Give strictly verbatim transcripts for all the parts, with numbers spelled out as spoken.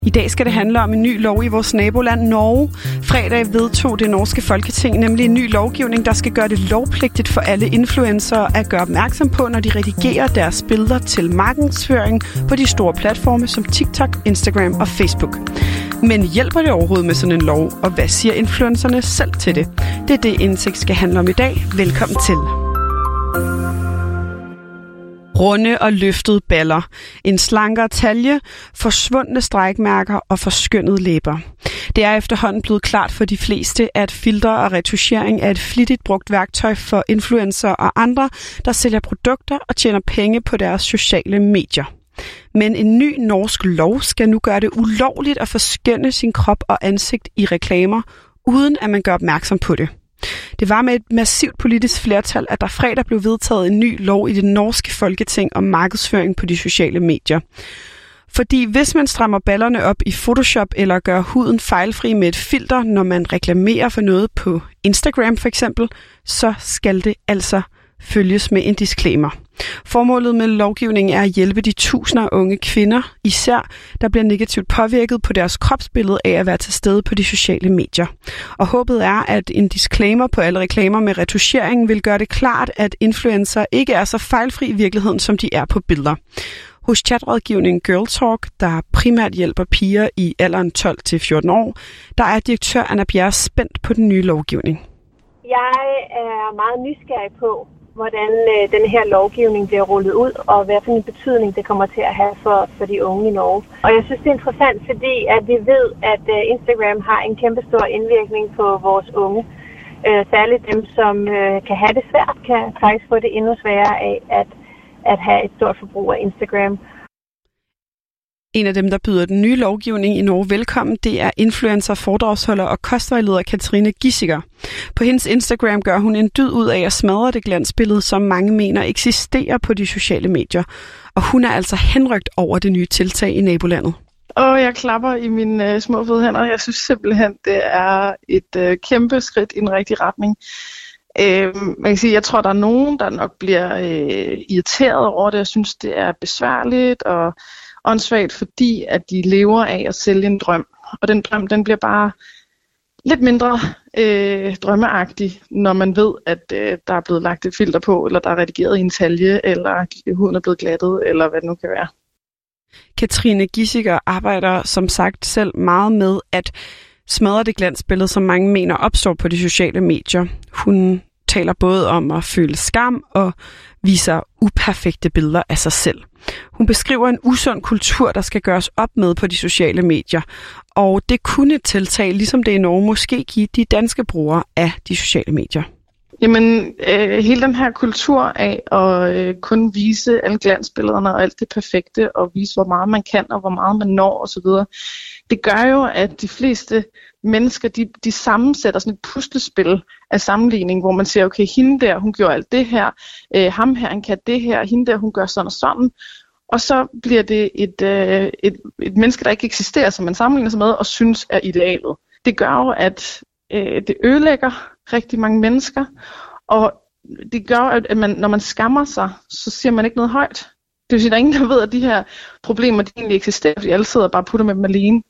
I dag skal det handle om en ny lov i vores naboland Norge. Fredag vedtog det norske folketing nemlig en ny lovgivning, der skal gøre det lovpligtigt for alle influencere at gøre opmærksom på, når de redigerer deres billeder til markedsføring på de store platforme som TikTok, Instagram og Facebook. Men hjælper det overhovedet med sådan en lov, og hvad siger influencerne selv til det? Det er det, Indsigt skal handle om i dag. Velkommen til. Runde og løftede baller, en slankere talje, forsvundne strækmærker og forskønnede læber. Det er efterhånden blevet klart for de fleste, at filtre og retuschering er et flittigt brugt værktøj for influencer og andre, der sælger produkter og tjener penge på deres sociale medier. Men en ny norsk lov skal nu gøre det ulovligt at forskønne sin krop og ansigt i reklamer, uden at man gør opmærksom på det. Det var med et massivt politisk flertal, at der fredag blev vedtaget en ny lov i det norske folketing om markedsføring på de sociale medier. Fordi hvis man strammer ballerne op i Photoshop eller gør huden fejlfri med et filter, når man reklamerer for noget på Instagram for eksempel, så skal det altså følges med en disclaimer. Formålet med lovgivningen er at hjælpe de tusinder af unge kvinder, især der bliver negativt påvirket på deres kropsbillede af at være til stede på de sociale medier. Og håbet er, at en disclaimer på alle reklamer med retuschering vil gøre det klart, at influencer ikke er så fejlfri i virkeligheden, som de er på billeder. Hos chatrådgivningen Girl Talk, der primært hjælper piger i alderen tolv til fjorten år, der er direktør Anna Bjerre spændt på den nye lovgivning. Jeg er meget nysgerrig på, hvordan øh, den her lovgivning bliver rullet ud, og hvad for en betydning det kommer til at have for, for de unge i Norge. Og jeg synes, det er interessant, fordi at vi ved, at øh, Instagram har en kæmpe stor indvirkning på vores unge. Øh, særligt dem, som øh, kan have det svært, kan faktisk få det endnu sværere af at, at have et stort forbrug af Instagram. En af dem, der byder den nye lovgivning i Norge velkommen, det er influencer, foredragsholder og kostvejleder Katrine Giesiger. På hendes Instagram gør hun en dyd ud af at smadre det glansbillede, som mange mener eksisterer på de sociale medier. Og hun er altså henrygt over det nye tiltag i nabolandet. Og jeg klapper i mine øh, små fede hænder. Jeg synes simpelthen, det er et øh, kæmpe skridt i en rigtig retning. Øh, man kan sige, jeg tror, der er nogen, der nok bliver øh, irriteret over det. Jeg synes, det er besværligt og åndssvagt, fordi at de lever af at sælge en drøm. Og den drøm, den bliver bare lidt mindre øh, drømmeagtig, når man ved, at øh, der er blevet lagt et filter på, eller der er redigeret i en talje, eller huden er blevet glattet, eller hvad det nu kan være. Katrine Giesiger arbejder som sagt selv meget med at smadre det glansbillede, som mange mener opstår på de sociale medier. Hun taler både om at føle skam og viser uperfekte billeder af sig selv. Hun beskriver en usund kultur, der skal gøres op med på de sociale medier. Og det kunne et tiltag, ligesom det i Norge, måske give de danske brugere af de sociale medier. Jamen, øh, hele den her kultur af at øh, kun vise alle glansbillederne og alt det perfekte, og vise, hvor meget man kan, og hvor meget man når osv., det gør jo, at de fleste mennesker, de, de sammensætter sådan et puslespil af sammenligning, hvor man siger, okay, hende der, hun gjorde alt det her, øh, ham her, han kan det her, hende der, hun gør sådan og sådan, og så bliver det et, øh, et, et menneske, der ikke eksisterer, som man sammenligner sig med, og synes er idealet. Det gør jo, at øh, det ødelægger rigtig mange mennesker, og det gør, at man, når man skammer sig, så siger man ikke noget højt. Det vil sige, at der er ingen, der ved, at de her problemer, de egentlig eksisterer, fordi alle sidder og bare putter med dem alene.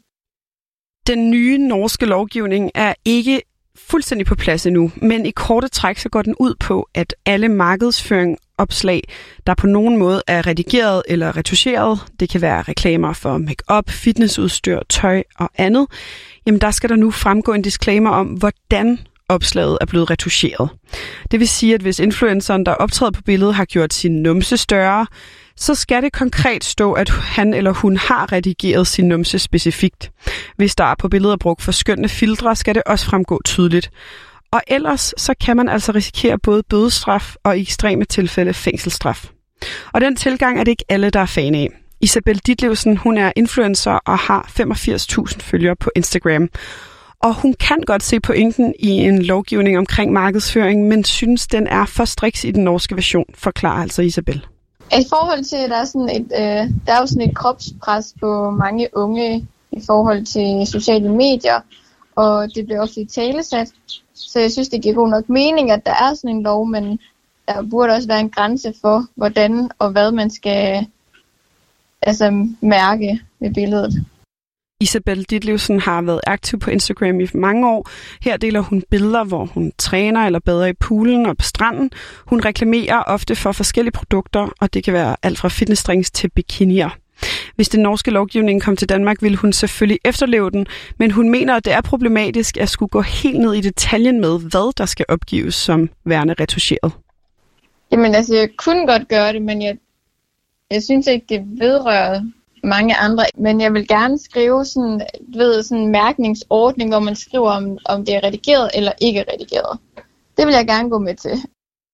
Den nye norske lovgivning er ikke fuldstændig på plads endnu, men i korte træk så går den ud på, at alle markedsføringopslag, der på nogen måde er redigeret eller retuscheret, det kan være reklamer for make-up, fitnessudstyr, tøj og andet, jamen der skal der nu fremgå en disclaimer om, hvordan opslaget er blevet retuscheret. Det vil sige, at hvis influenceren, der optræder på billedet, har gjort sin numse større, så skal det konkret stå, at han eller hun har redigeret sin numse specifikt. Hvis der er på billeder brugt forskønnende filtre, skal det også fremgå tydeligt. Og ellers så kan man altså risikere både bødestraf og i ekstreme tilfælde fængselsstraf. Og den tilgang er det ikke alle, der er fan af. Isabel Ditlevsen, hun er influencer og har femogfirs tusind følgere på Instagram. Og hun kan godt se pointen i en lovgivning omkring markedsføring, men synes, den er for striks i den norske version, forklarer altså Isabel. I forhold til, at der er, sådan et, øh, der er jo sådan et kropspres på mange unge i forhold til sociale medier, og det bliver også i talesat. Så jeg synes, det giver god nok mening, at der er sådan en lov, men der burde også være en grænse for, hvordan og hvad man skal altså, mærke ved billedet. Isabel Ditlevsen har været aktiv på Instagram i mange år. Her deler hun billeder, hvor hun træner eller bader i poolen og på stranden. Hun reklamerer ofte for forskellige produkter, og det kan være alt fra fitnessdrinks til bikinier. Hvis den norske lovgivning kom til Danmark, ville hun selvfølgelig efterleve den, men hun mener, at det er problematisk at skulle gå helt ned i detaljen med, hvad der skal opgives som værende retuscheret. Jamen altså, jeg kunne godt gøre det, men jeg, jeg synes ikke, det vedrører mange andre. Men jeg vil gerne skrive sådan, ved, sådan en mærkningsordning, hvor man skriver, om, om det er redigeret eller ikke redigeret. Det vil jeg gerne gå med til.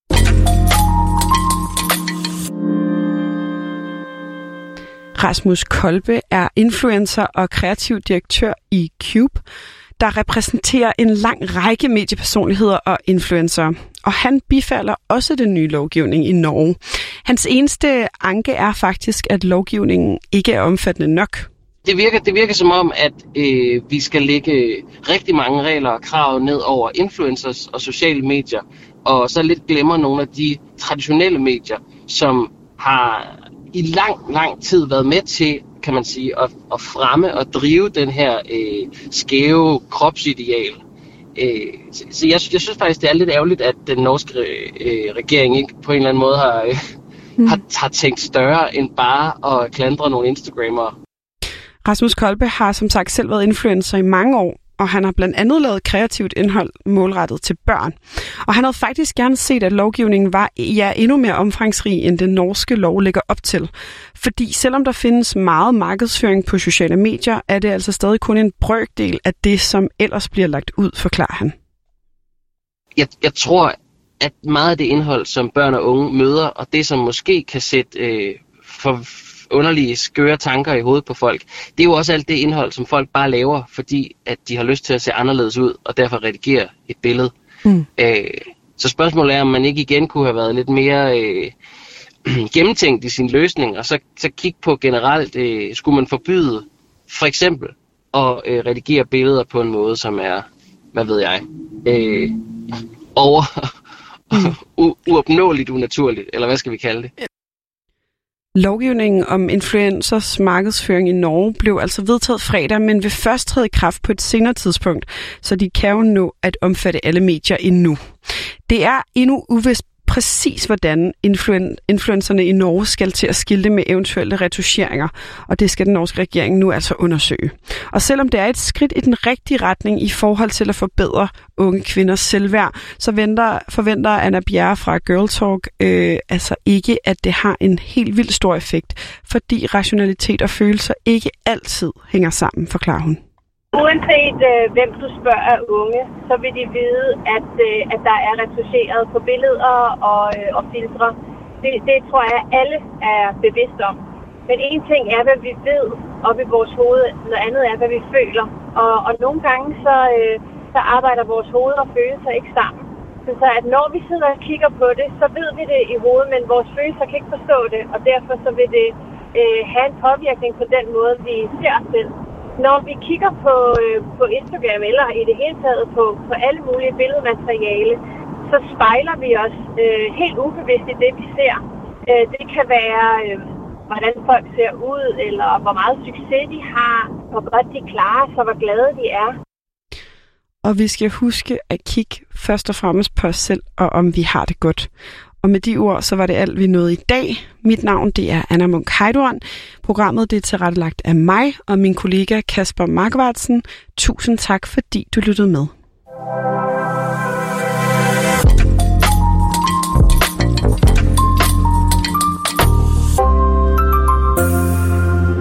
Rasmus Kolbe er influencer og kreativ direktør i Cube, der repræsenterer en lang række mediepersonligheder og influencer. Og han bifalder også den nye lovgivning i Norge. Hans eneste anke er faktisk, at lovgivningen ikke er omfattende nok. Det virker, det virker som om, at øh, vi skal lægge rigtig mange regler og krav ned over influencers og sociale medier, og så lidt glemmer nogle af de traditionelle medier, som har i lang, lang tid været med til, kan man sige, at, at fremme og drive den her øh, skæve kropsideal. Øh, så så jeg, jeg synes faktisk, det er lidt ærgerligt, at den norske øh, regering ikke på en eller anden måde har, øh, mm. har, har tænkt større end bare at klandre nogle Instagrammere. Rasmus Kolbe har som sagt selv været influencer i mange år, og han har blandt andet lavet kreativt indhold målrettet til børn. Og han havde faktisk gerne set, at lovgivningen var ja, endnu mere omfangsrig, end den norske lov lægger op til. Fordi selvom der findes meget markedsføring på sociale medier, er det altså stadig kun en brøkdel af det, som ellers bliver lagt ud, forklarer han. Jeg, jeg tror, at meget af det indhold, som børn og unge møder, og det, som måske kan sætte øh, for underlige, skøre tanker i hovedet på folk, det er jo også alt det indhold, som folk bare laver, fordi at de har lyst til at se anderledes ud, og derfor redigerer et billede. Mm. Øh, så spørgsmålet er, om man ikke igen kunne have været lidt mere øh, gennemtænkt i sin løsning, og så, så kigge på generelt, øh, skulle man forbyde for eksempel at øh, redigere billeder på en måde, som er, hvad ved jeg, øh, over mm. u- uopnåeligt unaturligt, eller hvad skal vi kalde det? Lovgivningen om influencers markedsføring i Norge blev altså vedtaget fredag, men vil først træde i kraft på et senere tidspunkt, så de kan jo nå at omfatte alle medier endnu. Det er endnu uvist præcis, hvordan influen- influencerne i Norge skal til at skilte med eventuelle retuscheringer, og det skal den norske regering nu altså undersøge. Og selvom det er et skridt i den rigtige retning i forhold til at forbedre unge kvinders selvværd, så venter, forventer Anna Bjerre fra Girl Talk øh, altså ikke, at det har en helt vildt stor effekt, fordi rationalitet og følelser ikke altid hænger sammen, forklarer hun. Uanset øh, hvem du spørger af unge, så vil de vide, at, øh, at der er retuscheret på billeder og, øh, og filtre. Det, det tror jeg, alle er bevidste om. Men en ting er, hvad vi ved op i vores hoved, noget andet er, hvad vi føler. Og, og nogle gange, så, øh, så arbejder vores hoved og følelser ikke sammen. Så at når vi sidder og kigger på det, så ved vi det i hovedet, men vores følelser kan ikke forstå det. Og derfor så vil det øh, have en påvirkning på den måde, vi ser os selv. Når vi kigger på, øh, på Instagram eller i det hele taget på, på alle mulige billedmateriale, så spejler vi os øh, helt ubevidst i det, vi ser. Øh, det kan være, øh, hvordan folk ser ud, eller hvor meget succes de har, hvor godt de klarer sig, hvor glade de er. Og vi skal huske at kigge først og fremmest på os selv, og om vi har det godt. Og med de ord, så var det alt, vi nåede i dag. Mit navn, det er Anna Munk Heiduan. Programmet, det er tilrettelagt af mig og min kollega Kasper Markvartsen. Tusind tak, fordi du lyttede med.